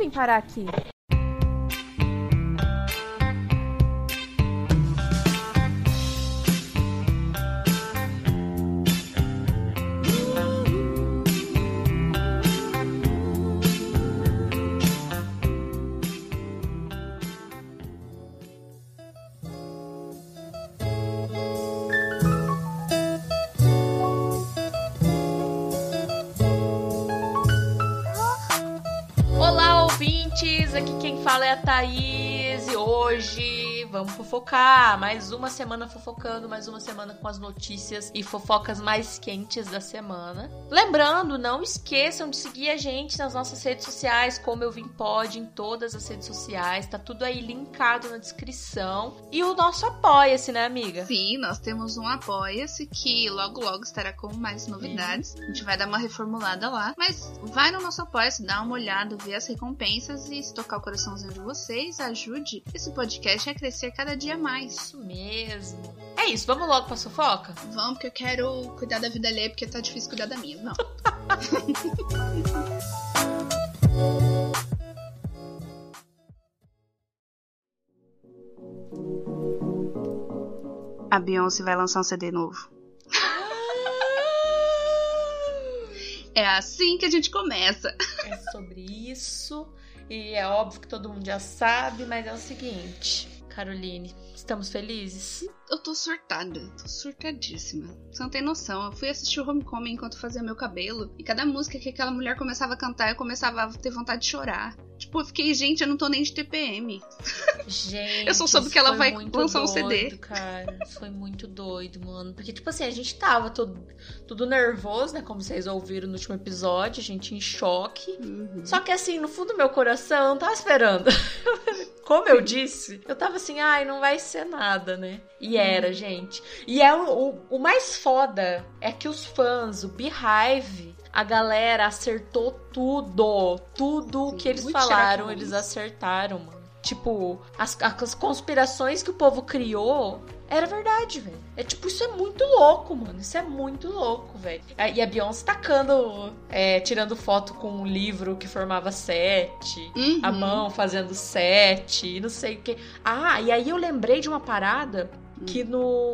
vim parar aqui? Aqui quem fala é a Thaís e hoje vamos fofocar. Mais uma semana fofocando, mais uma semana com as notícias e fofocas mais quentes da semana. Lembrando, não esqueçam de seguir a gente nas nossas redes sociais, como eu vim pode, em todas as redes sociais. Tá tudo aí linkado na descrição. E o nosso Apoia-se, né, amiga? Sim, nós temos um Apoia-se que logo estará com mais novidades. A gente vai dar uma reformulada lá. Mas vai no nosso Apoia-se, dá uma olhada, vê as recompensas e se tocar o coraçãozinho de vocês, ajude esse podcast a crescer cada dia mais. Isso mesmo. É isso, vamos logo pra fofoca? Vamos, porque eu quero cuidar da vida alheia, porque tá difícil cuidar da minha. Não. A Beyoncé vai lançar um CD novo. É assim que a gente começa. É sobre isso. E é óbvio que todo mundo já sabe, mas é o seguinte, Caroline, estamos felizes? Eu tô surtada, tô surtadíssima. Você não tem noção, eu fui assistir o Homecoming enquanto fazia meu cabelo e cada música que aquela mulher começava a cantar, eu começava a ter vontade de chorar. Tipo, eu fiquei, gente, eu não tô nem de TPM. Gente, eu só soube que ela vai lançar um CD. Cara, foi muito doido, mano. Porque, tipo assim, a gente tava tudo nervoso, né? Como vocês ouviram no último episódio, a gente em choque. Uhum. Só que, assim, no fundo do meu coração, eu não tava esperando. Como eu disse, eu tava assim, ai, não vai ser nada, né? E era, gente. E é o mais foda é que os fãs, o Beehive, a galera acertou tudo. Tudo Sim, que eles falaram, eles acertaram, mano. Tipo, as conspirações que o povo criou era verdade, velho. É tipo, isso é muito louco, mano. Isso é muito louco, velho. E a Beyoncé tacando, tirando foto com um livro que formava 7, a mão fazendo 7, não sei o que. Ah, e aí eu lembrei de uma parada que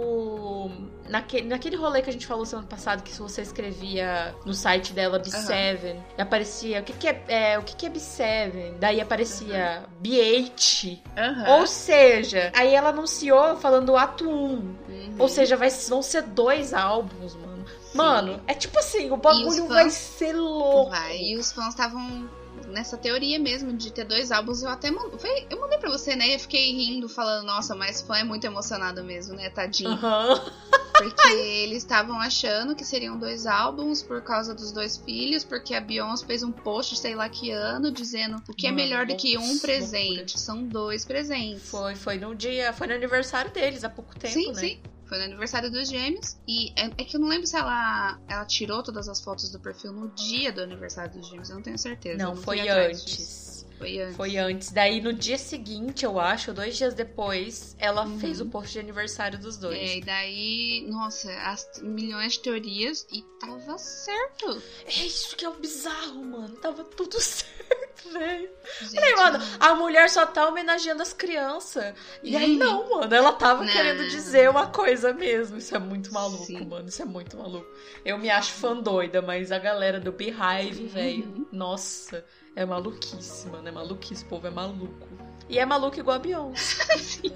naquele rolê que a gente falou semana passada, que se você escrevia no site dela B7, aparecia o que é B7, daí aparecia B8, ou seja, aí ela anunciou falando ato 1, ou seja, vão ser 2 álbuns, mano. Sim. Mano, é tipo assim, o bagulho vai ser louco. E os fãs estavam nessa teoria mesmo de ter 2 álbuns. Eu até eu mandei pra você, né? Eu fiquei rindo, falando, nossa, mas fã é muito emocionado mesmo, né? Tadinho. Porque eles estavam achando que seriam 2 álbuns por causa dos 2 filhos, porque a Beyoncé fez um post, sei lá que ano, dizendo o que é melhor do que um presente. Loucura. São 2 presentes. Foi no aniversário deles, há pouco tempo, sim, né? Sim. Foi no aniversário dos gêmeos. E é que eu não lembro se ela tirou todas as fotos do perfil no dia do aniversário dos gêmeos. Eu não tenho certeza. Não, foi antes. Foi antes. Daí no dia seguinte, eu acho, 2 dias depois, ela fez o post de aniversário dos 2. E daí, nossa, milhões de teorias e tava certo. É isso que é o bizarro, mano. Tava tudo certo, velho. Falei, mano, a mulher só tá homenageando as crianças. E aí, não, mano, ela tava querendo dizer uma coisa mesmo. Isso é muito maluco, mano. Isso é muito maluco. Eu me acho fã doida, mas a galera do Beehive, velho, nossa, é maluquice, mano. É maluquice, o povo é maluco. E é maluco igual a Beyoncé. Sim.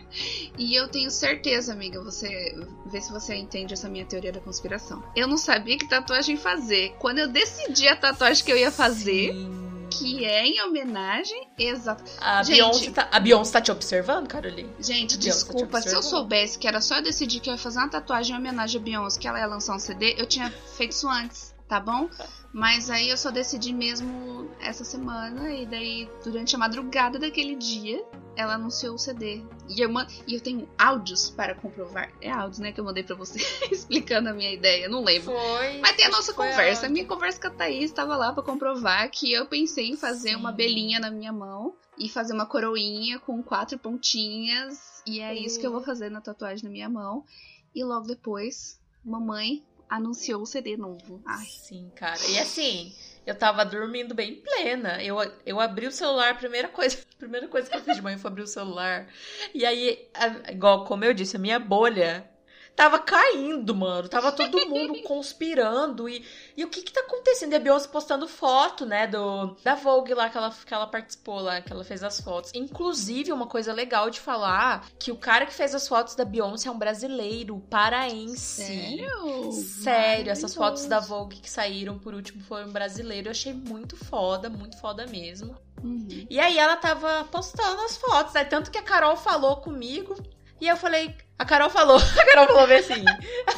E eu tenho certeza, amiga, vê se você entende essa minha teoria da conspiração. Eu não sabia que tatuagem fazer. Quando eu decidi a tatuagem que eu ia fazer, que é em homenagem, exato. A Beyoncé tá te observando, Caroline? Gente, desculpa, se eu soubesse que era só eu decidir que eu ia fazer uma tatuagem em homenagem a Beyoncé, que ela ia lançar um CD, eu tinha feito isso antes, tá bom? Mas aí eu só decidi mesmo essa semana, e daí durante a madrugada daquele dia ela anunciou o CD. E eu tenho áudios para comprovar. É áudios, né, que eu mandei pra você explicando a minha ideia, não lembro. Mas tem a nossa conversa. Áudio. A minha conversa com a Thaís estava lá pra comprovar que eu pensei em fazer uma abelhinha na minha mão e fazer uma coroinha com 4 pontinhas. E é isso que eu vou fazer na tatuagem na minha mão. E logo depois, mamãe anunciou o CD novo. Ai. Sim, cara. E assim, eu tava dormindo bem plena. Eu abri o celular, a primeira coisa que eu fiz de manhã foi abrir o celular. E aí, igual como eu disse, a minha bolha tava caindo, mano. Tava todo mundo conspirando. E o que tá acontecendo? E a Beyoncé postando foto, né, da Vogue lá, que ela participou lá, que ela fez as fotos. Inclusive, uma coisa legal de falar, que o cara que fez as fotos da Beyoncé é um brasileiro, paraense. Sério? Sério, essas fotos da Vogue que saíram por último foi um brasileiro. Eu achei muito foda mesmo. Uhum. E aí ela tava postando as fotos, né? Tanto que a Carol falou comigo. E eu falei... A Carol falou bem assim...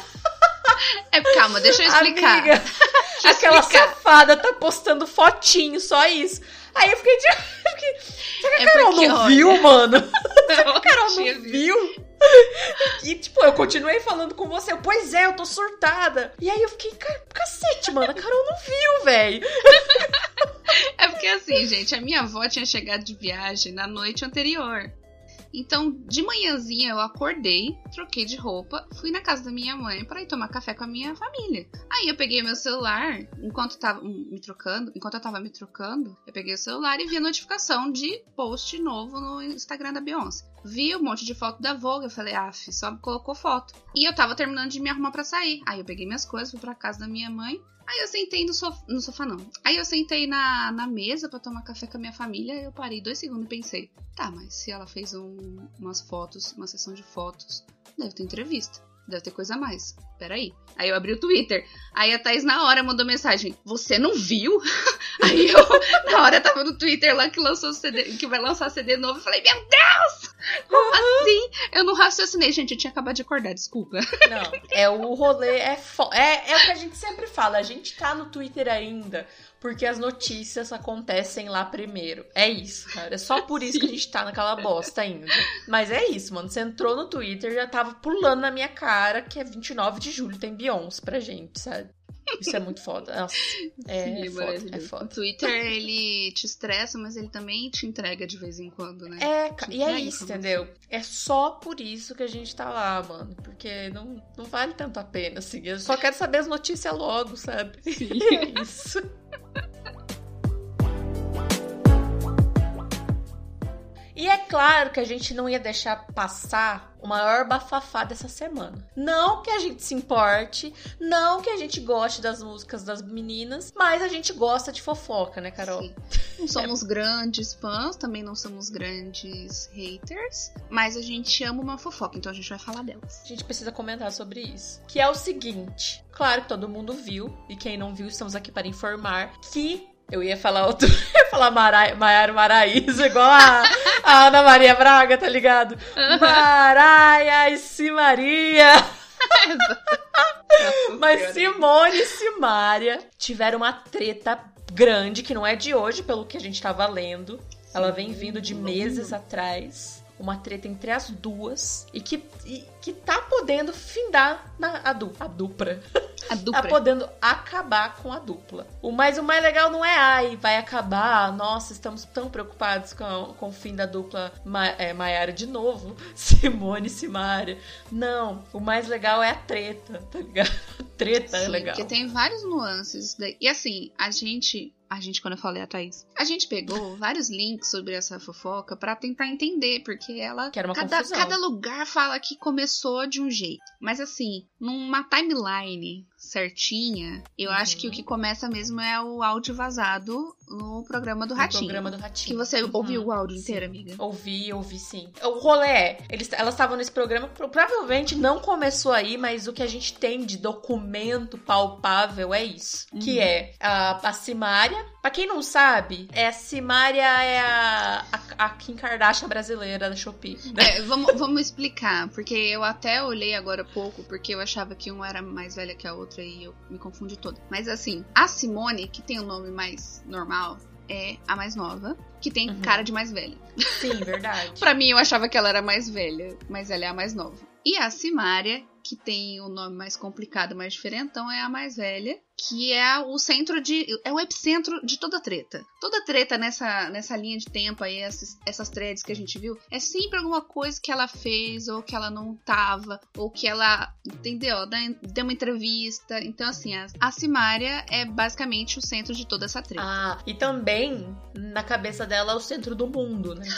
Calma, deixa eu explicar. Amiga, aquela safada tá postando fotinho, só isso. Aí eu fiquei será que a Carol não viu, mano? Será que a Carol não viu? E, tipo, eu continuei falando com você. Pois é, eu tô surtada. E aí eu fiquei, cacete, mano, a Carol não viu, velho. É porque assim, gente, a minha avó tinha chegado de viagem na noite anterior. Então, de manhãzinha eu acordei, troquei de roupa, fui na casa da minha mãe pra ir tomar café com a minha família. Aí eu peguei meu celular, enquanto eu tava me trocando, eu peguei o celular e vi a notificação de post novo no Instagram da Beyoncé. Vi um monte de foto da Vogue, eu falei, só colocou foto. E eu tava terminando de me arrumar pra sair. Aí eu peguei minhas coisas, fui pra casa da minha mãe. Aí eu sentei no sofá não. Aí eu sentei na mesa pra tomar café com a minha família. Eu parei 2 segundos e pensei, mas se ela fez umas fotos, uma sessão de fotos, deve ter entrevista, deve ter coisa a mais. Peraí. Aí eu abri o Twitter. Aí a Thaís na hora mandou mensagem, você não viu? Aí eu, na hora, tava no Twitter lá que lançou CD, que vai lançar CD novo. Eu falei, meu Deus! Como assim? Eu não raciocinei, gente, eu tinha acabado de acordar, desculpa. Não, o rolê é o que a gente sempre fala, a gente tá no Twitter ainda, porque as notícias acontecem lá primeiro. É isso, cara, é só por isso que a gente tá naquela bosta ainda. Mas é isso, mano, você entrou no Twitter, já tava pulando na minha cara que é 29 de julho, tem Beyoncé pra gente, sabe? Isso é muito foda. Nossa, é foda. O Twitter, ele te estressa, mas ele também te entrega de vez em quando, né? E é isso, entendeu? É só por isso que a gente tá lá, mano. Porque não vale tanto a pena, assim. Eu só quero saber as notícias logo, sabe? Sim. É isso. E é claro que a gente não ia deixar passar o maior bafafá dessa semana. Não que a gente se importe, não que a gente goste das músicas das meninas, mas a gente gosta de fofoca, né, Carol? Sim. Não somos grandes fãs, também não somos grandes haters, mas a gente ama uma fofoca, então a gente vai falar delas. A gente precisa comentar sobre isso. Que é o seguinte, claro que todo mundo viu, e quem não viu, estamos aqui para informar que... Eu ia falar Maiara Maraíza, igual a Ana Maria Braga, tá ligado? Maraia e Simaria. Mas Simone e Simária tiveram uma treta grande, que não é de hoje, pelo que a gente tava lendo. Ela vem vindo de meses atrás. Uma treta entre as duas. E que tá podendo findar a dupla. Tá podendo acabar com a dupla. Mas o mais legal não é, vai acabar, nossa, estamos tão preocupados com o fim da dupla Maiara de novo, Simone e Simária. Não, o mais legal é a treta, tá ligado? A treta é legal. Porque tem vários nuances. E assim, a gente, quando eu falei a Thaís, a gente pegou vários links sobre essa fofoca pra tentar entender, porque ela... Que era uma confusão. Cada lugar fala que começou de um jeito. Mas assim, numa timeline certinha, eu acho que o que começa mesmo é o áudio vazado no programa do Ratinho. Que você ouviu o áudio inteiro, amiga? Ouvi sim. O rolê é, elas estavam nesse programa, provavelmente não começou aí, mas o que a gente tem de documento palpável é isso. Que é a Simária. Pra quem não sabe, a Simária é a Kim Kardashian brasileira da Shopee. Né? Vamos explicar, porque eu até olhei agora há pouco, porque eu achava que uma era mais velha que a outra e eu me confundi toda. Mas assim, a Simone, que tem o nome mais normal, é a mais nova, que tem cara de mais velha. Sim, verdade. Pra mim, eu achava que ela era mais velha, mas ela é a mais nova. E a Simária, que tem o nome mais complicado, mais diferentão, é a mais velha. que é o centro é o epicentro de toda treta. Toda treta nessa linha de tempo aí, essas threads que a gente viu, é sempre alguma coisa que ela fez, ou que ela não tava, ou que ela, entendeu? Deu uma entrevista. Então, assim, a Simária é basicamente o centro de toda essa treta. Ah, e também, na cabeça dela, é o centro do mundo, né?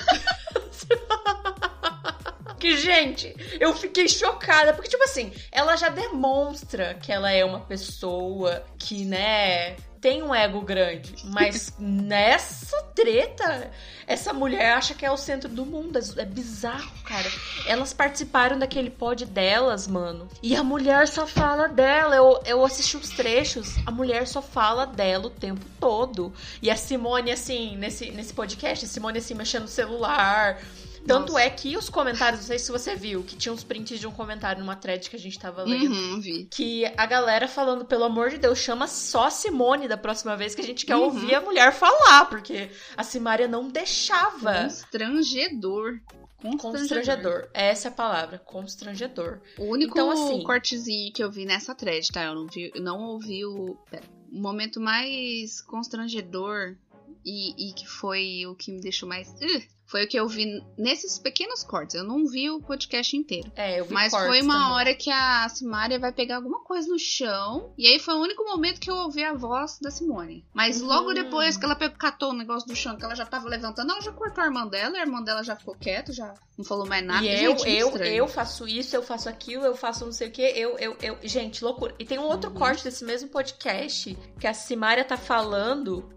Que, gente, eu fiquei chocada, porque, tipo assim, ela já demonstra que ela é uma pessoa que, né, tem um ego grande, mas nessa treta, essa mulher acha que é o centro do mundo. É bizarro, cara. Elas participaram daquele pod delas, mano, e a mulher só fala dela. Eu assisti os trechos, a mulher só fala dela o tempo todo. E a Simone, assim, nesse podcast, a Simone, assim, mexendo no celular. Tanto é que os comentários, não sei se você viu, que tinha uns prints de um comentário numa thread que a gente tava lendo. Vi. Que a galera falando, pelo amor de Deus, chama só a Simone da próxima vez, que a gente quer ouvir a mulher falar, porque a Simária não deixava. Constrangedor. Essa é a palavra, constrangedor. O único então, assim, cortezinho que eu vi nessa thread, tá? Eu não ouvi o momento mais constrangedor e que foi o que me deixou mais... Foi o que eu vi nesses pequenos cortes. Eu não vi o podcast inteiro. Eu vi mas cortes foi uma também. hora que a Simária vai pegar alguma coisa no chão. E aí foi o único momento que eu ouvi a voz da Simone. Mas logo depois que ela catou o negócio do chão, que ela já tava levantando, ela já cortou a irmã dela. A irmã dela já ficou quieta, já não falou mais nada. E gente, eu faço isso, eu faço aquilo, eu faço não sei o quê. Gente, loucura. E tem um outro corte desse mesmo podcast que a Simária tá falando...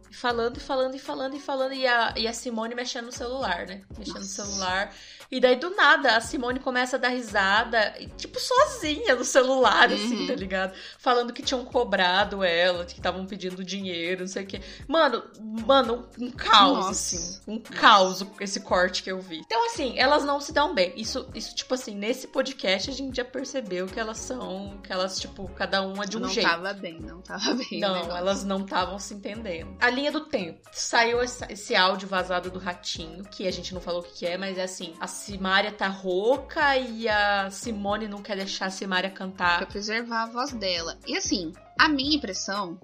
E a Simone mexendo no celular, né? Mexendo no celular. E daí, do nada, a Simone começa a dar risada, tipo, sozinha no celular, assim, tá ligado? Falando que tinham cobrado ela, que estavam pedindo dinheiro, não sei o quê. Mano, um caos, assim. Um caos esse corte que eu vi. Então, assim, elas não se dão bem. Isso, tipo assim, nesse podcast a gente já percebeu que elas são, tipo, cada uma de um jeito. Não tava bem. Não, elas não estavam se entendendo. A linha do tempo. Saiu esse áudio vazado do Ratinho, que a gente não falou o que é, mas é assim, a Simária tá rouca e a Simone não quer deixar a Simária cantar. Pra preservar a voz dela. E assim, a minha impressão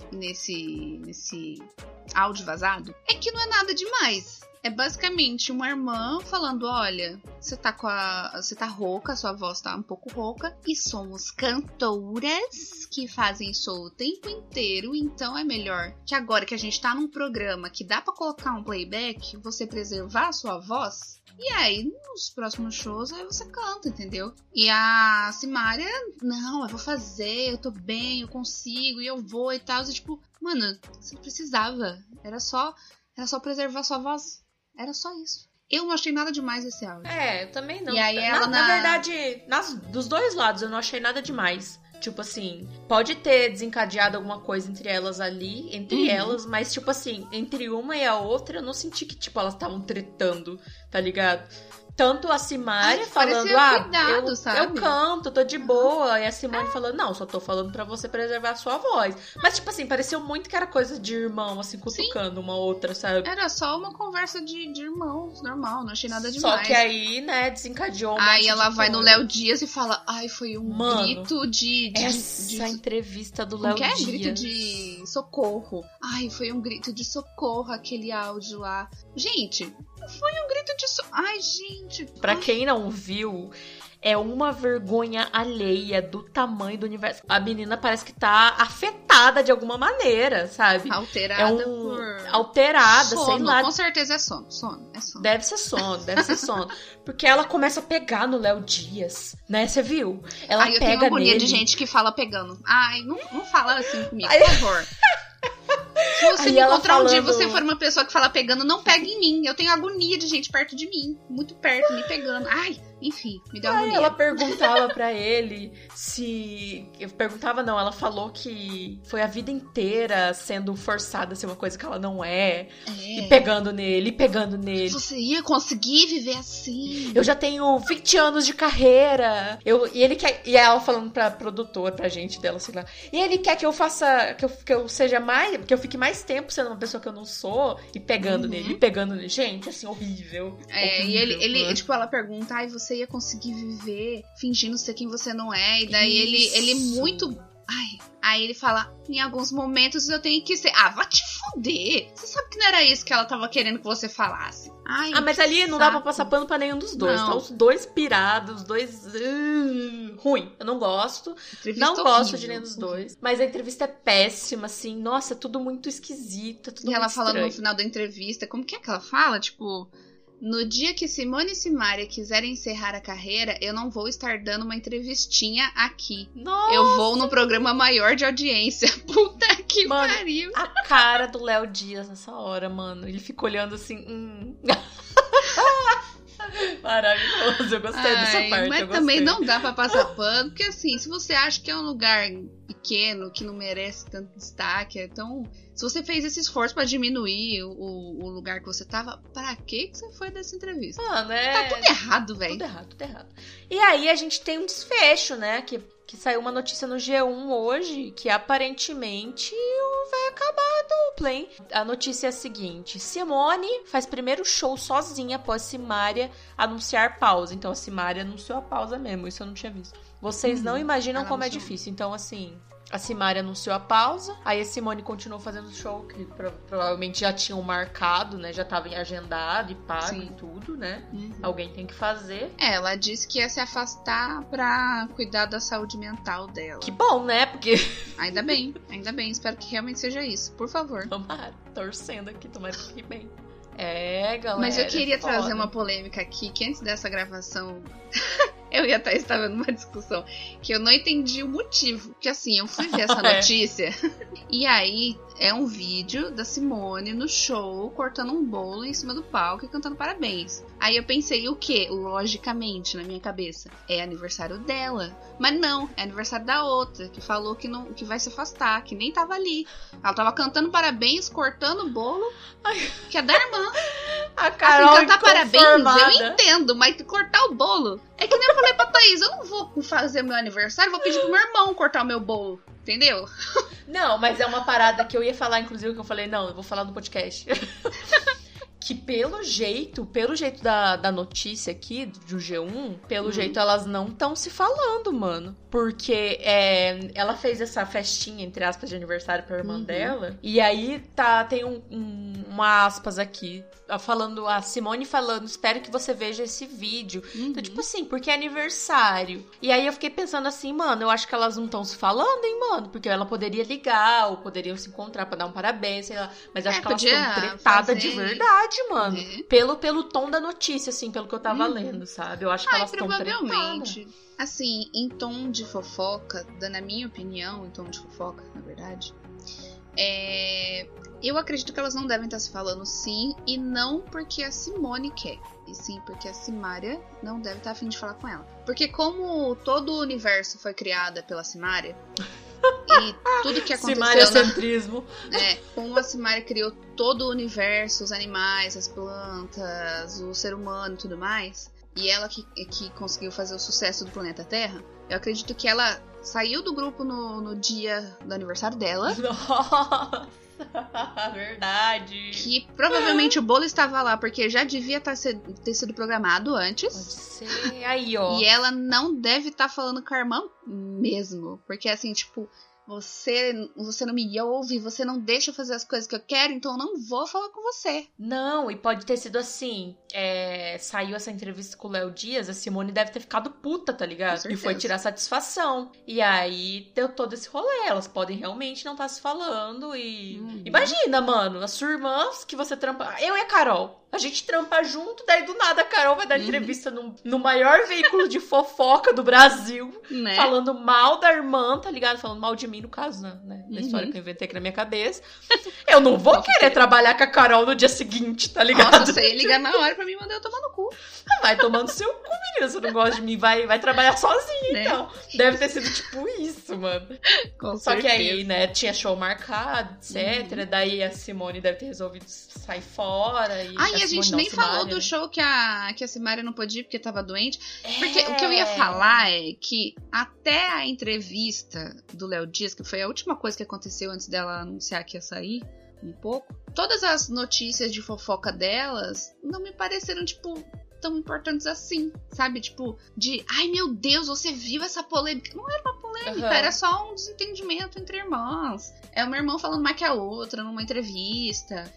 nesse áudio vazado é que não é nada demais. É basicamente uma irmã falando, olha, você tá rouca, sua voz tá um pouco rouca, e somos cantoras que fazem isso o tempo inteiro, então é melhor que agora que a gente tá num programa que dá pra colocar um playback, você preservar a sua voz, e aí nos próximos shows aí você canta, entendeu? E a Simária, não, eu vou fazer, eu tô bem, eu consigo, e eu vou e tal, e tipo, mano, você não precisava, era só preservar a sua voz. Era só isso. Eu não achei nada demais esse áudio. Eu também não. E aí ela na verdade, dos dois lados, eu não achei nada demais. Tipo assim, pode ter desencadeado alguma coisa entre elas ali, mas tipo assim, entre uma e a outra, eu não senti que, tipo, elas estavam tretando, tá ligado? Tanto a Simária falando, cuidado, eu canto, tô de boa. E a Simone falando, não, só tô falando pra você preservar a sua voz. Mas, tipo assim, pareceu muito que era coisa de irmão, assim, cutucando uma outra, sabe? Era só uma conversa de irmãos, normal, não achei nada Só demais. que aí, né, desencadeou Aí ela vai no Léo Dias e fala, ai, foi um grito de essa entrevista do Léo Dias. Grito de socorro. Ai, foi um grito de socorro aquele áudio lá. Gente, foi um grito de socorro. Ai, gente. Pra quem não viu, é uma vergonha alheia do tamanho do universo. A menina parece que tá afetada de alguma maneira, sabe? Alterada Alterada, sono, sei lá. Com certeza é sono. Deve ser sono. Porque ela começa a pegar no Léo Dias, né? Você viu? Ela pega nele. Eu tenho agonia de gente que fala pegando. Ai, não fala assim comigo, por favor. Se você me encontrar um dia e você for uma pessoa que fala pegando, não pegue em mim. Eu tenho agonia de gente perto de mim. Muito perto, me pegando. Ai, enfim, me deu agonia. Ela perguntava pra ele se... Ela falou que foi a vida inteira sendo forçada a ser uma coisa que ela não é. E pegando nele. Você ia conseguir viver assim? Eu já tenho 20 anos de carreira. E ela falando pra produtora, pra gente dela, sei lá. E ele quer que eu faça... Que eu seja mais... Que eu fique mais tempo sendo uma pessoa que eu não sou. E pegando nele. Gente, assim, horrível. E ele tipo, ela pergunta, ai, você ia conseguir viver fingindo ser quem você não é. E daí ele muito Aí ele fala, em alguns momentos eu tenho que ser... Ah, vai te fuder! Você sabe que não era isso que ela tava querendo que você falasse. Mas ali não dá pra passar pano pra nenhum dos dois. Tá os dois pirados, os dois... ruim. Eu não gosto. Não gosto de nenhum dos dois. Mas a entrevista é péssima, assim. Nossa, é tudo muito esquisito. Tudo e ela muito falando estranho. no final da entrevista, como que é que ela fala? Tipo... No dia que Simone e Simaria quiserem encerrar a carreira, eu não vou estar dando uma entrevistinha aqui. Nossa. Eu vou no programa maior de audiência. Puta que pariu. A cara do Léo Dias nessa hora, mano. Ele fica olhando assim... Maravilhoso, eu gostei dessa parte. Mas também não dá pra passar pano, porque assim, se você acha que é um lugar pequeno, que não merece tanto destaque, então, se você fez esse esforço pra diminuir o lugar que você tava, pra que você foi dessa entrevista? Mano, Tá tudo errado, velho. Tudo errado. E aí a gente tem um desfecho, né, que saiu uma notícia no G1 hoje, que aparentemente vai acabar a dupla, hein? A notícia é a seguinte: Simone faz primeiro show sozinha após Simaria anunciar pausa. Então a Simaria anunciou a pausa mesmo, isso eu não tinha visto. Vocês não imaginam como é difícil. Então, assim, a Simaria anunciou a pausa, aí a Simone continuou fazendo show, que provavelmente já tinham marcado, né? Já tava agendado e pago e tudo, né? Alguém tem que fazer. Ela disse que ia se afastar pra cuidar da saúde mental dela. Que bom, né? Porque... Ainda bem. Espero que realmente seja isso. Por favor. Tomara, torcendo aqui, tomara que fique bem. Galera. Mas eu queria trazer uma polêmica aqui, que antes dessa gravação... Eu e a Thaís estavam numa discussão que eu não entendi o motivo. Porque assim, eu fui ver essa notícia e aí é um vídeo da Simone no show cortando um bolo em cima do palco e cantando parabéns. Aí eu pensei, o quê? Logicamente, na minha cabeça, é aniversário dela. Mas não, é aniversário da outra, que falou que vai se afastar, que nem tava ali. Ela tava cantando parabéns, cortando o bolo, que é da irmã. A Carol assim, cantar parabéns, eu entendo, mas cortar o bolo... É que nem eu falei pra Thaís, eu não vou fazer meu aniversário, vou pedir pro meu irmão cortar o meu bolo, entendeu? Não, mas é uma parada que eu ia falar, inclusive, que eu falei, não, eu vou falar no podcast. Que pelo jeito da notícia aqui, do G1, pelo jeito elas não estão se falando, mano. Porque ela fez essa festinha, entre aspas, de aniversário pra irmã dela. E aí tem uma aspas aqui, a Simone falando, espero que você veja esse vídeo. Então, tipo assim, porque é aniversário. E aí eu fiquei pensando assim, mano, eu acho que elas não estão se falando, hein, mano? Porque ela poderia ligar, ou poderiam se encontrar pra dar um parabéns, sei lá. Mas eu acho que elas estão tretadas de verdade, mano. Pelo tom da notícia, assim, pelo que eu tava lendo, sabe? Eu acho que elas estão provavelmente. Assim, em tom de fofoca, dando a minha opinião, em tom de fofoca, na verdade, eu acredito que elas não devem estar se falando sim, e não porque a Simone quer, e sim porque a Simaria não deve estar a fim de falar com ela. Porque como todo o universo foi criado pela Simaria, e tudo que aconteceu... Simaria-centrismo. Como a Simaria criou todo o universo, os animais, as plantas, o ser humano e tudo mais, e ela que conseguiu fazer o sucesso do planeta Terra, eu acredito que ela saiu do grupo no dia do aniversário dela. Nossa, verdade. Que provavelmente o bolo estava lá, porque já devia ter sido programado antes. Pode ser, aí ó. E ela não deve estar falando com a irmã mesmo, porque assim, tipo... Você não me ouve, você não deixa eu fazer as coisas que eu quero, então eu não vou falar com você. Não, e pode ter sido assim, saiu essa entrevista com o Léo Dias, a Simone deve ter ficado puta, tá ligado? E foi tirar satisfação. E aí deu todo esse rolê, elas podem realmente não estar se falando e... Imagina, mano, as suas irmãs que você trampa... Eu e a Carol, a gente trampa junto, daí do nada a Carol vai dar entrevista no maior veículo de fofoca do Brasil, né? Falando mal da irmã, tá ligado? Falando mal de mim, no caso, né? Da história que eu inventei aqui na minha cabeça. Eu não vou querer trabalhar com a Carol no dia seguinte, tá ligado? Nossa, você ia ligar na hora pra mim mandar eu tomar no cu. Vai tomando seu cu, menina. Você não gosta de mim, vai trabalhar sozinha, né? Então. Deve ter sido tipo isso, mano. Só que aí, né, tinha show marcado, etc. Daí a Simone deve ter resolvido sair fora. E a gente nem falou do show que a Simaria não podia ir porque tava doente. Porque o que eu ia falar é que até a entrevista do Léo Dias, que foi a última coisa que aconteceu antes dela anunciar que ia sair um pouco, todas as notícias de fofoca delas não me pareceram, tipo, tão importantes assim, sabe? Tipo, ai meu Deus, você viu essa polêmica? Não era uma polêmica polêmica, era só um desentendimento entre irmãs. É uma irmã falando mais que a outra numa entrevista.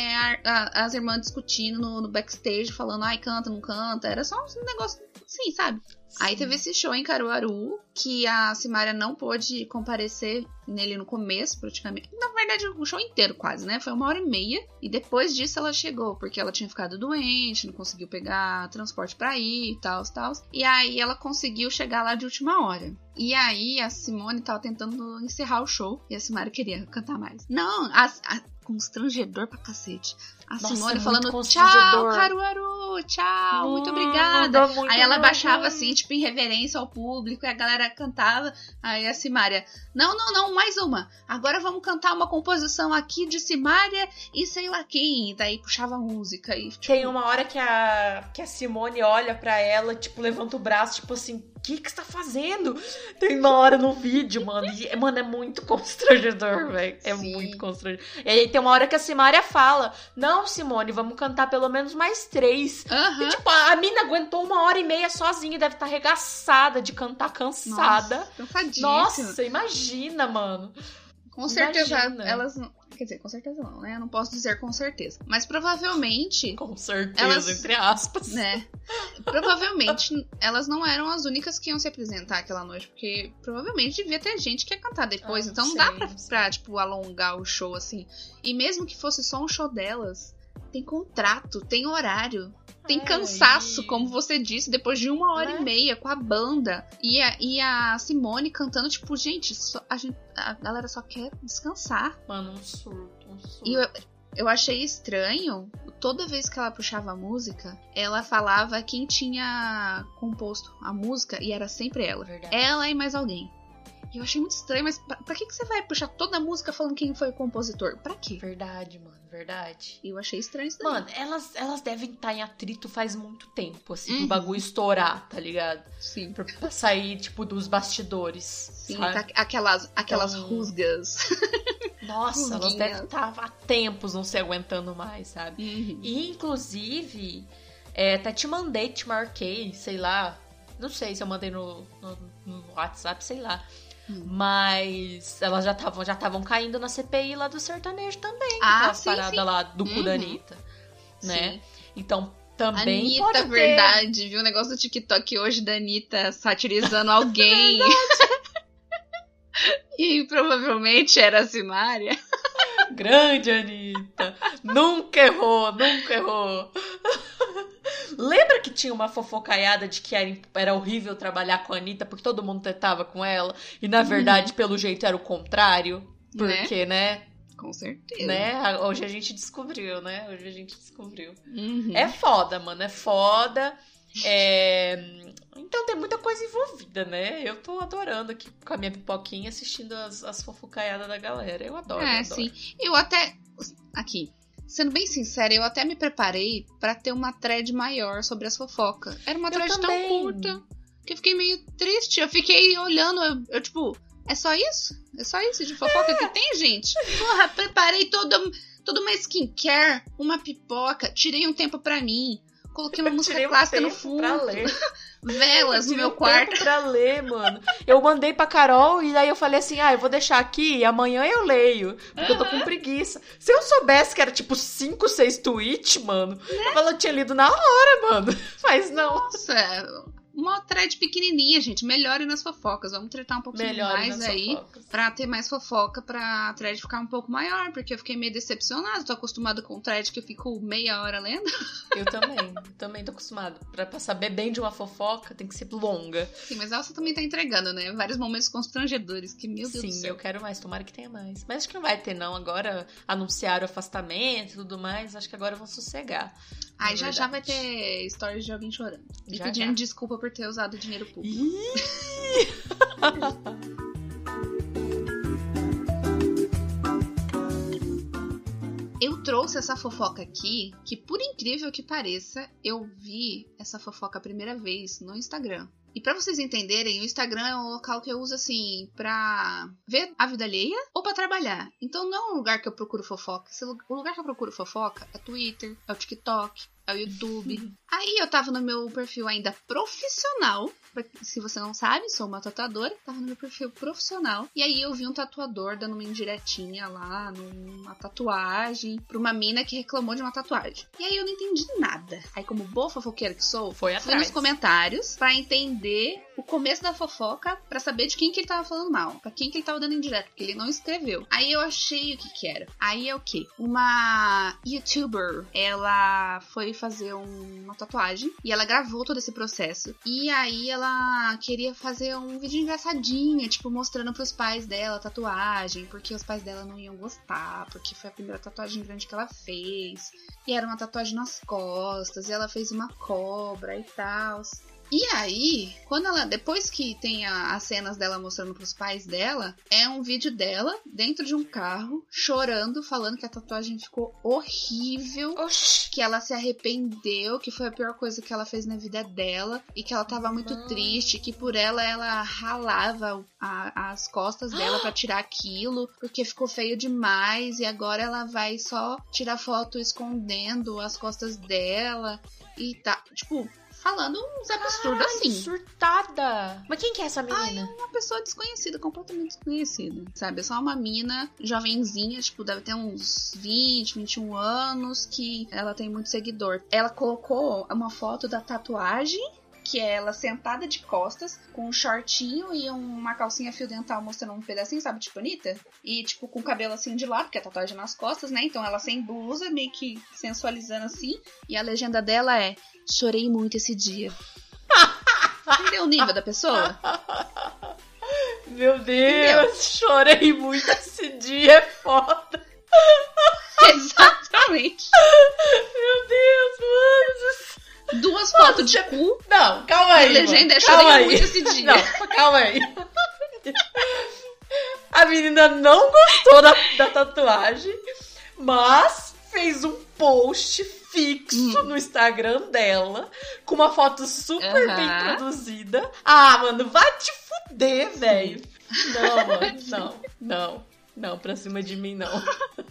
As irmãs discutindo no backstage, falando, ai, canta, não canta. Era só um negócio assim, sabe? Sim. Aí teve esse show em Caruaru, que a Simária não pôde comparecer nele no começo, praticamente. Na verdade, o show inteiro quase, né? Foi 1h30. E depois disso ela chegou, porque ela tinha ficado doente, não conseguiu pegar transporte pra ir e tal. E aí ela conseguiu chegar lá de última hora. E aí a Simone tava tentando encerrar o show e a Simária queria cantar mais. Não, constrangedor pra cacete. A Simone falando, tchau, Caruaru, tchau, muito obrigada. Aí ela baixava assim, tipo, em reverência ao público, e a galera cantava. Aí a Simária, não, mais uma. Agora vamos cantar uma composição aqui de Simária e sei lá quem. E daí puxava a música. E, tipo... Tem uma hora que a Simone olha pra ela, tipo, levanta o braço, tipo assim, o que você tá fazendo? Tem uma hora no vídeo, mano. E, mano, é muito constrangedor, velho. É muito constrangedor. E aí tem uma hora que a Simária fala, não, Simone, vamos cantar pelo menos mais 3. Uhum. E, tipo, a mina aguentou 1h30 sozinha, deve estar arregaçada de cantar, cansada. Nossa, cansadíssima. Nossa, imagina, mano. Com certeza elas... Quer dizer, com certeza não, né? Eu não posso dizer com certeza. Mas provavelmente... Com certeza, entre aspas. Né? Provavelmente elas não eram as únicas que iam se apresentar aquela noite. Porque provavelmente devia ter gente que ia cantar depois. Então não dá pra, tipo, alongar o show assim. E mesmo que fosse só um show delas, tem contrato, tem horário. Tem cansaço, como você disse, depois de 1h30 com a banda. E a Simone cantando, tipo, gente, a galera só quer descansar. Mano, um surto. E eu achei estranho, toda vez que ela puxava a música, ela falava quem tinha composto a música, e era sempre ela. Verdade. Ela e mais alguém. E eu achei muito estranho, mas pra que você vai puxar toda a música falando quem foi o compositor? Pra quê? Verdade, mano, verdade. E eu achei estranho isso também. Mano, elas devem estar em atrito faz muito tempo, assim, pro bagulho estourar, tá ligado? Sim. Pra sair, tipo, dos bastidores. Sim, sabe? aquelas Então... rusgas. Nossa, elas devem estar há tempos não se aguentando mais, sabe? Uhum. E, inclusive, até te marquei, sei lá. Não sei se eu mandei no WhatsApp, sei lá. Mas elas já estavam caindo na CPI lá do sertanejo também. Aquelas paradas lá do cu da Anitta, né? Sim. Então, também Anitta, pode ter... verdade. Viu o negócio do TikTok hoje da Anitta satirizando alguém. E provavelmente era a Simária. Grande Anitta. Nunca errou. Lembra que tinha uma fofocaiada de que era horrível trabalhar com a Anitta porque todo mundo tretava com ela? E na verdade, pelo jeito, era o contrário. Porque, né? Com certeza. Né? Hoje a gente descobriu, né? Uhum. É foda, mano. É foda. Então tem muita coisa envolvida, né? Eu tô adorando aqui com a minha pipoquinha assistindo as fofocaiadas da galera. Eu adoro. Sim. Eu até... Aqui... Sendo bem sincera, eu até me preparei pra ter uma thread maior sobre as fofocas. Era uma thread tão curta que eu fiquei meio triste. Eu fiquei olhando, eu tipo, é só isso? É só isso de fofoca que tem, gente? Porra, preparei toda uma skincare, uma pipoca, tirei um tempo pra mim. Coloquei uma música clássica no fundo. Pra ler. Velas no meu quarto. Pra ler, mano. Eu mandei pra Carol e aí eu falei assim, eu vou deixar aqui e amanhã eu leio. Porque eu tô com preguiça. Se eu soubesse que era tipo 5, 6 tweets, mano, eu tinha lido na hora, mano. Mas não. Nossa, uma thread pequenininha, gente. Melhore nas fofocas. Vamos tretar um pouquinho mais aí. Fofocas. Pra ter mais fofoca, pra thread ficar um pouco maior. Porque eu fiquei meio decepcionada. Tô acostumada com thread que eu fico meia hora lendo. Eu também tô acostumada. Pra saber bem de uma fofoca, tem que ser longa. Sim, mas ela também tá entregando, né? Vários momentos constrangedores. Que, meu Deus do céu. Sim, eu quero mais. Tomara que tenha mais. Mas acho que não vai ter, não. Agora anunciaram o afastamento e tudo mais. Acho que agora vão sossegar. Aí já vai ter stories de alguém chorando. E pedindo desculpa por ter usado dinheiro público. Eu trouxe essa fofoca aqui, que por incrível que pareça, eu vi essa fofoca a primeira vez no Instagram. E pra vocês entenderem, o Instagram é um local que eu uso assim pra ver a vida alheia ou pra trabalhar. Então não é um lugar que eu procuro fofoca. O lugar que eu procuro fofoca é Twitter, é o TikTok, é o YouTube. Aí eu tava no meu perfil ainda profissional. Se você não sabe, sou uma tatuadora. Tava no meu perfil profissional. E aí eu vi um tatuador dando uma indiretinha lá, numa tatuagem, pra uma mina que reclamou de uma tatuagem. E aí eu não entendi nada. Aí, como boa fofoqueira que sou, fui nos comentários pra entender o começo da fofoca, pra saber de quem que ele tava falando mal, pra quem que ele tava dando indireto, porque ele não escreveu. Aí eu achei o que era. Aí é o quê? Uma youtuber, ela foi fazer uma tatuagem e ela gravou todo esse processo. E aí ela queria fazer um vídeo engraçadinho, tipo, mostrando pros pais dela a tatuagem, porque os pais dela não iam gostar, porque foi a primeira tatuagem grande que ela fez. E era uma tatuagem nas costas, e ela fez uma cobra e tal. E aí, quando ela, depois que tem as cenas dela mostrando pros pais dela, é um vídeo dela dentro de um carro, chorando, falando que a tatuagem ficou horrível, que ela se arrependeu, que foi a pior coisa que ela fez na vida dela, e que ela tava muito triste, que por ela ralava as costas dela pra tirar aquilo, porque ficou feio demais, e agora ela vai só tirar foto escondendo as costas dela, e tá, tipo... falando uns absurdos assim. Surtada! Mas quem que é essa menina? É uma pessoa desconhecida, completamente desconhecida, sabe? É só uma menina jovenzinha, tipo, deve ter uns 20, 21 anos, que ela tem muito seguidor. Ela colocou uma foto da tatuagem, que é ela sentada de costas, com um shortinho e uma calcinha fio dental mostrando um pedacinho, sabe, tipo Anitta? E, tipo, com o cabelo assim de lado, porque a tatuagem nas costas, né? Então ela sem blusa, meio que sensualizando assim. E a legenda dela é: chorei muito esse dia. Entendeu o nível da pessoa? Meu Deus, entendeu? Chorei muito esse dia, é foda. Exatamente. Meu Deus, mano. Duas fotos de cu. Não, calma aí. A legenda é: chorei muito esse dia. Não, calma aí. A menina não gostou da tatuagem, mas fez um post fixo no Instagram dela, com uma foto super bem produzida. Ah, mano, vai te fuder, velho. Não, mano, não, pra cima de mim, não.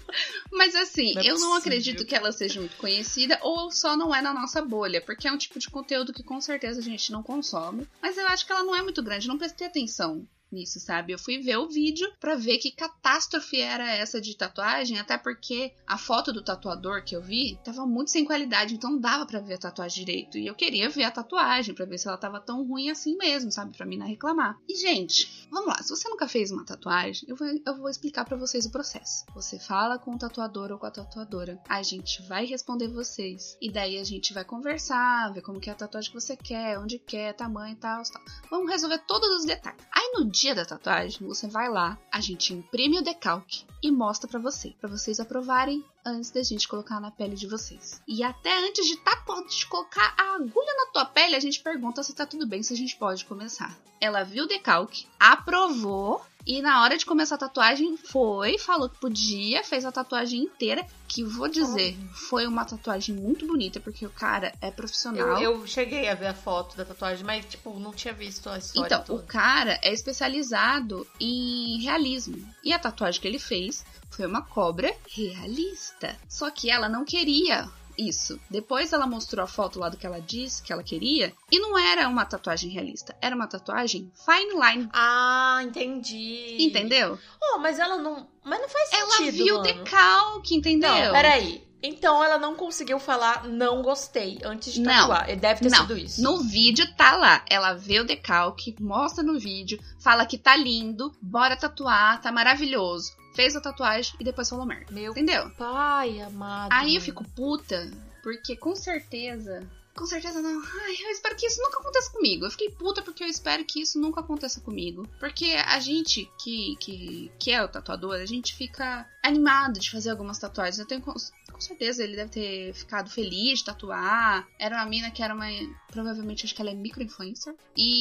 Mas assim, eu não acredito que ela seja muito conhecida, ou só não é na nossa bolha, porque é um tipo de conteúdo que com certeza a gente não consome. Mas eu acho que ela não é muito grande, não prestei atenção nisso, sabe? Eu fui ver o vídeo pra ver que catástrofe era essa de tatuagem, até porque a foto do tatuador que eu vi tava muito sem qualidade, então não dava pra ver a tatuagem direito. E eu queria ver a tatuagem pra ver se ela tava tão ruim assim mesmo, sabe? Pra mim não reclamar. E, gente, vamos lá. Se você nunca fez uma tatuagem, eu vou explicar pra vocês o processo. Você fala com o tatuador ou com a tatuadora. A gente vai responder vocês. E daí a gente vai conversar, ver como que é a tatuagem que você quer, onde quer, tamanho e tal. Vamos resolver todos os detalhes. Aí no dia da tatuagem, você vai lá, a gente imprime o decalque e mostra pra vocês aprovarem antes da gente colocar na pele de vocês. E até antes de colocar a agulha na tua pele, a gente pergunta se tá tudo bem, se a gente pode começar. Ela viu o decalque, aprovou, e na hora de começar a tatuagem falou que podia, fez a tatuagem inteira, que vou dizer, foi uma tatuagem muito bonita, porque o cara é profissional. Eu cheguei a ver a foto da tatuagem, mas tipo, não tinha visto a história então, toda. O cara é especializado em realismo, e a tatuagem que ele fez foi uma cobra realista. Só que ela não queria isso. Depois ela mostrou a foto lá do que ela disse que ela queria, e não era uma tatuagem realista, era uma tatuagem fine line. Ah, entendi. Entendeu? Oh, mas ela não... Mas não faz sentido, ela viu o decalque, entendeu? Não, peraí. Então ela não conseguiu falar não gostei antes de tatuar. Ele deve ter sido isso. No vídeo tá lá. Ela vê o decalque, mostra no vídeo, fala que tá lindo, bora tatuar, tá maravilhoso. Fez a tatuagem e depois falou merda. Entendeu? Pai amado. Aí eu fico puta, porque com certeza não. Ai, eu espero que isso nunca aconteça comigo. Eu fiquei puta porque eu espero que isso nunca aconteça comigo. Porque a gente que é o tatuador, a gente fica animado de fazer algumas tatuagens. Eu tenho com certeza ele deve ter ficado feliz de tatuar. Era uma mina que era provavelmente acho que ela é micro-influencer.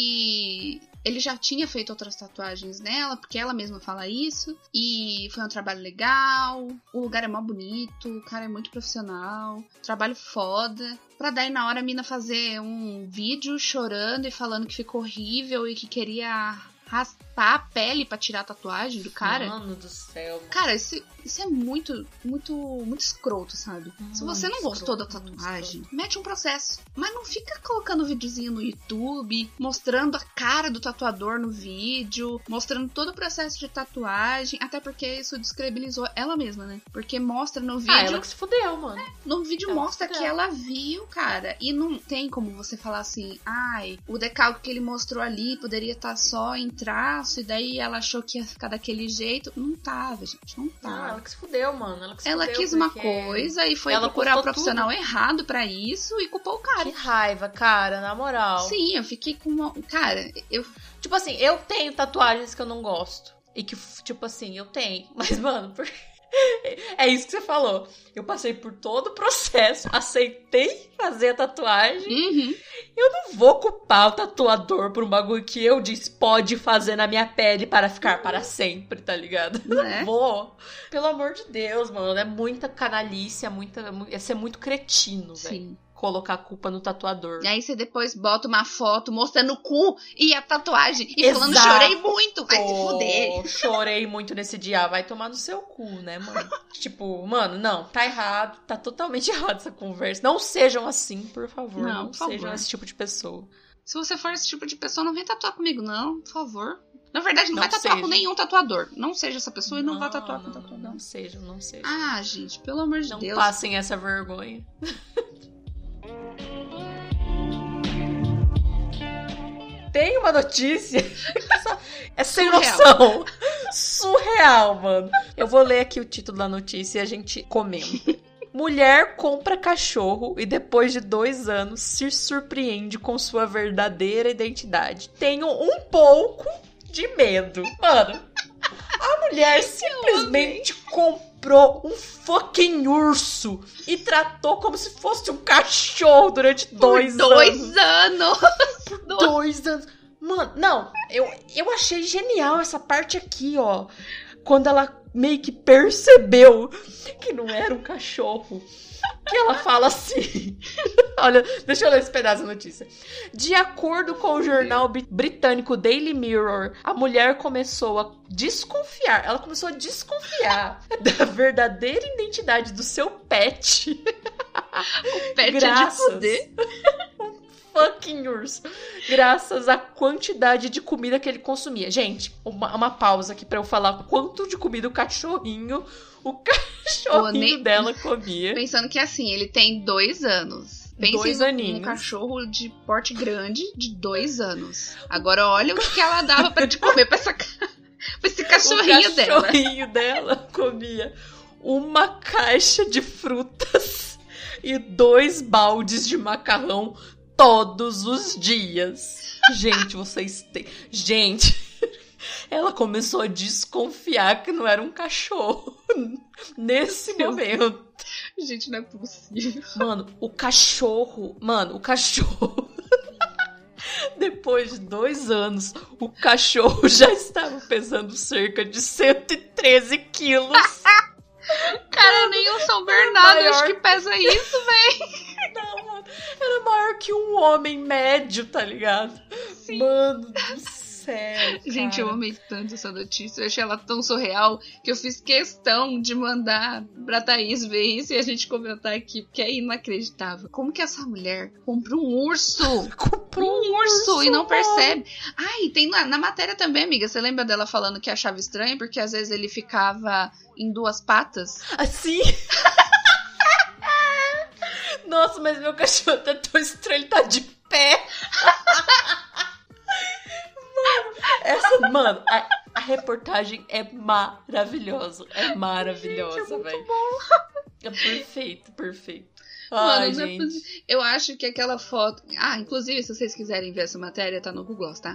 E ele já tinha feito outras tatuagens nela, porque ela mesma fala isso. E foi um trabalho legal. O lugar é mó bonito. O cara é muito profissional. Trabalho foda. Pra daí na hora a mina fazer um vídeo chorando e falando que ficou horrível e que queria raspar a pele pra tirar a tatuagem do cara. Mano do céu. Cara, isso é muito, muito, muito escroto, sabe? Se você não gostou da tatuagem, mete um processo. Mas não fica colocando videozinho no YouTube, mostrando a cara do tatuador no vídeo, mostrando todo o processo de tatuagem, até porque isso descredibilizou ela mesma, né? Porque mostra no vídeo... ela que se fudeu, mano. No vídeo ela mostra que ela viu, cara. E não tem como você falar assim, ai, o decalque que ele mostrou ali poderia estar só em traço, e daí ela achou que ia ficar daquele jeito. Não tava, gente, não tava. Ela que se fudeu, mano. Ela quis uma coisa e foi procurar o profissional errado pra isso e culpou o cara. Que raiva, cara, na moral. Sim, eu fiquei com uma... Cara, eu... Tipo assim, eu tenho tatuagens que eu não gosto. E que, tipo assim, eu tenho. Mas, mano, é isso que você falou. Eu passei por todo o processo, aceitei fazer a tatuagem. Uhum. Eu não vou culpar o tatuador por um bagulho que eu disse pode fazer na minha pele para ficar para sempre, tá ligado? Eu não vou. Pelo amor de Deus, mano. É muita canalice, é ser muito cretino, velho. Colocar a culpa no tatuador. E aí você depois bota uma foto mostrando o cu e a tatuagem. E Exato. Falando, chorei muito, vai se fuder. Chorei muito nesse dia. Vai tomar no seu cu, né, mano? Tipo, mano, não, tá errado. Tá totalmente errado essa conversa. Não sejam assim, por favor. Não sejam esse tipo de pessoa. Se você for esse tipo de pessoa, não vem tatuar comigo, não, por favor. Na verdade, não vai tatuar com nenhum tatuador. Não seja essa pessoa e não vai tatuar com tatuador. Não seja. Ah, gente, pelo amor de Deus. Não passem essa vergonha. Tem uma notícia. É sem noção. Surreal, mano. Eu vou ler aqui o título da notícia e a gente comenta. Mulher compra cachorro e depois de 2 anos se surpreende com sua verdadeira identidade. Tenho um pouco de medo. Mano, a mulher simplesmente comprou um fucking urso e tratou como se fosse um cachorro durante 2 anos. 2 anos! Por 2 anos. Mano, não, eu achei genial essa parte aqui, ó. Quando ela meio que percebeu que não era um cachorro. Que ela fala assim... Olha, deixa eu ler esse pedaço da notícia. De acordo com o jornal britânico Daily Mirror, a mulher começou a desconfiar. Ela começou a desconfiar da verdadeira identidade do seu pet. O pet graças... é de poder. Fucking urso. Graças à quantidade de comida que ele consumia. Gente, uma pausa aqui pra eu falar quanto de comida o cachorrinho dela comia. Pensando que assim, ele tem 2 anos. Pense em um cachorro de porte grande de 2 anos. Agora olha o que ela dava pra te comer pra esse cachorrinho dela. O cachorrinho dela comia uma caixa de frutas e 2 baldes de macarrão todos os dias. Gente, vocês têm... Gente, ela começou a desconfiar que não era um cachorro nesse momento. Gente, não é possível. Mano, o cachorro... Depois de 2 anos, o cachorro já estava pesando cerca de 113 quilos. Cara, nem o São Bernardo acho que pesa isso, véi. Não, mano. Era maior que um homem médio, tá ligado? Sim. Mano do céu, cara. Gente, eu amei tanto essa notícia. Eu achei ela tão surreal que eu fiz questão de mandar pra Thaís ver isso e a gente comentar aqui, porque é inacreditável. Como que essa mulher compra um urso? Comprou um urso e não percebe. Ai, tem na matéria também, amiga. Você lembra dela falando que achava estranho porque às vezes ele ficava em 2 patas? Assim? Nossa, mas meu cachorro tá tão estranho, ele tá de pé. Mano, a reportagem é maravilhosa. É maravilhosa, velho. É perfeito. Ai, mano, gente. Eu acho que aquela foto... Ah, inclusive, se vocês quiserem ver essa matéria, tá no Google, tá?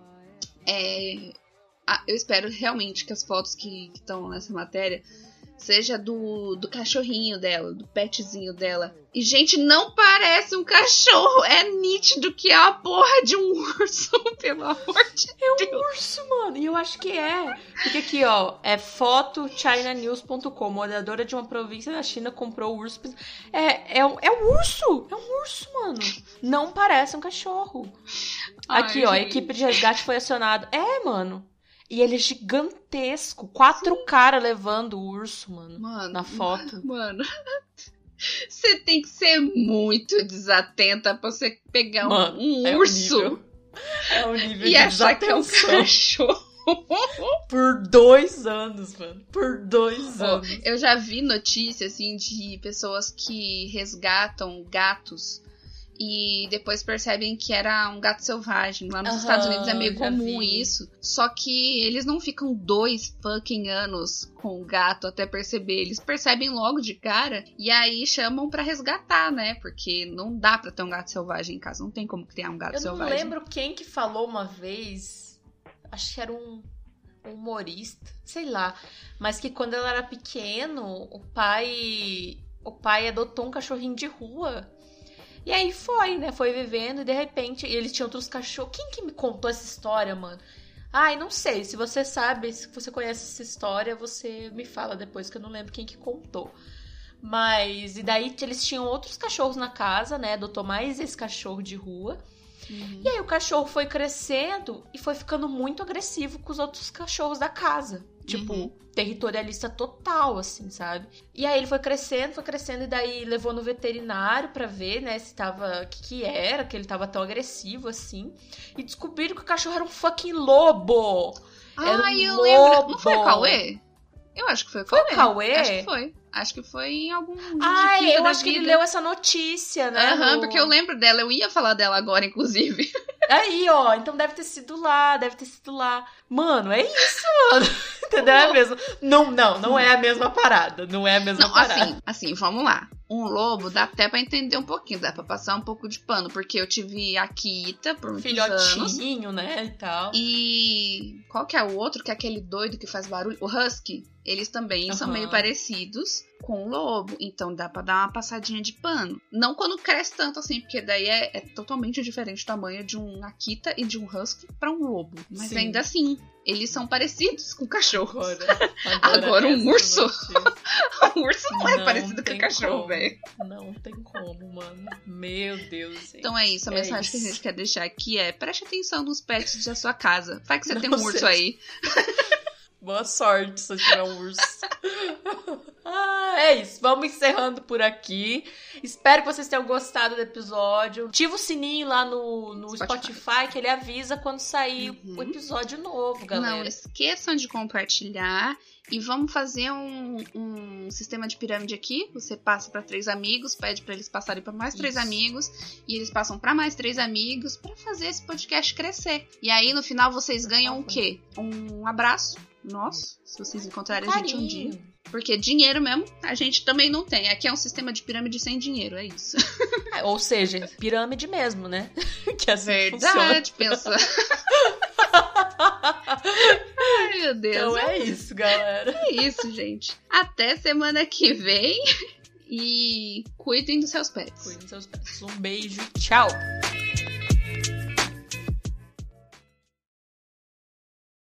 Eu espero realmente que as fotos que estão nessa matéria seja do cachorrinho dela, do petzinho dela. E, gente, não parece um cachorro. É nítido que é a porra de um urso, pelo amor de Deus. É um urso, mano. E eu acho que é. Porque aqui, ó, é foto chinanews.com. Moradora de uma província da China comprou o urso. É um urso. É um urso, mano. Não parece um cachorro. Aqui, ó, a equipe de resgate foi acionada. É, mano. E ele é gigantesco. 4 caras levando o urso, mano, na foto. Mano, você tem que ser muito desatenta pra você pegar um urso. É um nível e de achar que é um desatenção. cachorro. Por 2 anos, mano. Por 2 anos. Eu já vi notícia, assim, de pessoas que resgatam gatos e depois percebem que era um gato selvagem. Lá nos Estados Unidos é meio comum isso. Só que eles não ficam 2 fucking anos com o gato até perceber. Eles percebem logo de cara e aí chamam pra resgatar, né? Porque não dá pra ter um gato selvagem em casa. Não tem como criar um gato selvagem. Eu não lembro quem que falou uma vez. Acho que era um humorista. Sei lá. Mas que quando ela era pequeno, o pai adotou um cachorrinho de rua. E aí foi, né? Foi vivendo e de repente eles tinham outros cachorros. Quem que me contou essa história, mano? Ai, não sei. Se você sabe, se você conhece essa história, você me fala depois, que eu não lembro quem que contou. Mas, e daí eles tinham outros cachorros na casa, né? Adotou mais esse cachorro de rua. Uhum. E aí o cachorro foi crescendo e foi ficando muito agressivo com os outros cachorros da casa. Tipo, territorialista total, assim, sabe? E aí ele foi crescendo, e daí levou no veterinário pra ver, né, se tava... O que era, que ele tava tão agressivo, assim. E descobriram que o cachorro era um fucking lobo! Era um eu lobo. lembro. Não foi o Cauê? Eu acho que foi o Cauê. Foi o Cauê? Acho que foi. Acho que foi em algum... eu acho que ele leu essa notícia, né? Porque eu lembro dela. Eu ia falar dela agora, inclusive. Aí, ó. Então deve ter sido lá. Mano, é isso, mano. Entendeu? É mesmo. Não é a mesma parada. Não é a mesma parada. Assim, vamos lá. Um lobo dá até pra entender um pouquinho. Dá pra passar um pouco de pano. Porque eu tive a Akita por muitos anos. Filhotinho, né? E tal. E qual que é o outro? Que é aquele doido que faz barulho? O Husky. Eles também são meio parecidos com o lobo. Então dá pra dar uma passadinha de pano. Não quando cresce tanto assim, porque daí é totalmente diferente o tamanho de um Akita e de um Husky pra um lobo. Mas ainda assim, eles são parecidos com cachorros. Agora um urso. Um urso não é parecido com cachorro, velho. Não tem como, mano. Meu Deus, gente. Então é isso. A mensagem que a gente quer deixar aqui é: preste atenção nos pets da sua casa. Vai que você tem um urso aí. Boa sorte se tiver um urso. É isso. Vamos encerrando por aqui. Espero que vocês tenham gostado do episódio. Ativa o sininho lá no Spotify, que ele avisa quando sair o episódio novo, galera. Não esqueçam de compartilhar. E vamos fazer um sistema de pirâmide aqui. Você passa para 3 amigos, pede para eles passarem para mais 3 amigos. E eles passam para mais 3 amigos para fazer esse podcast crescer. E aí, no final, vocês ganham o quê? Um abraço nosso, se vocês encontrarem a gente um dia. Porque dinheiro mesmo, a gente também não tem. Aqui é um sistema de pirâmide sem dinheiro, é isso. Ou seja, pirâmide mesmo, né? Que assim verdade, pensa. Ai, meu Deus. Então é isso, galera. É isso, gente. Até semana que vem. E cuidem dos seus pets. Um beijo e tchau.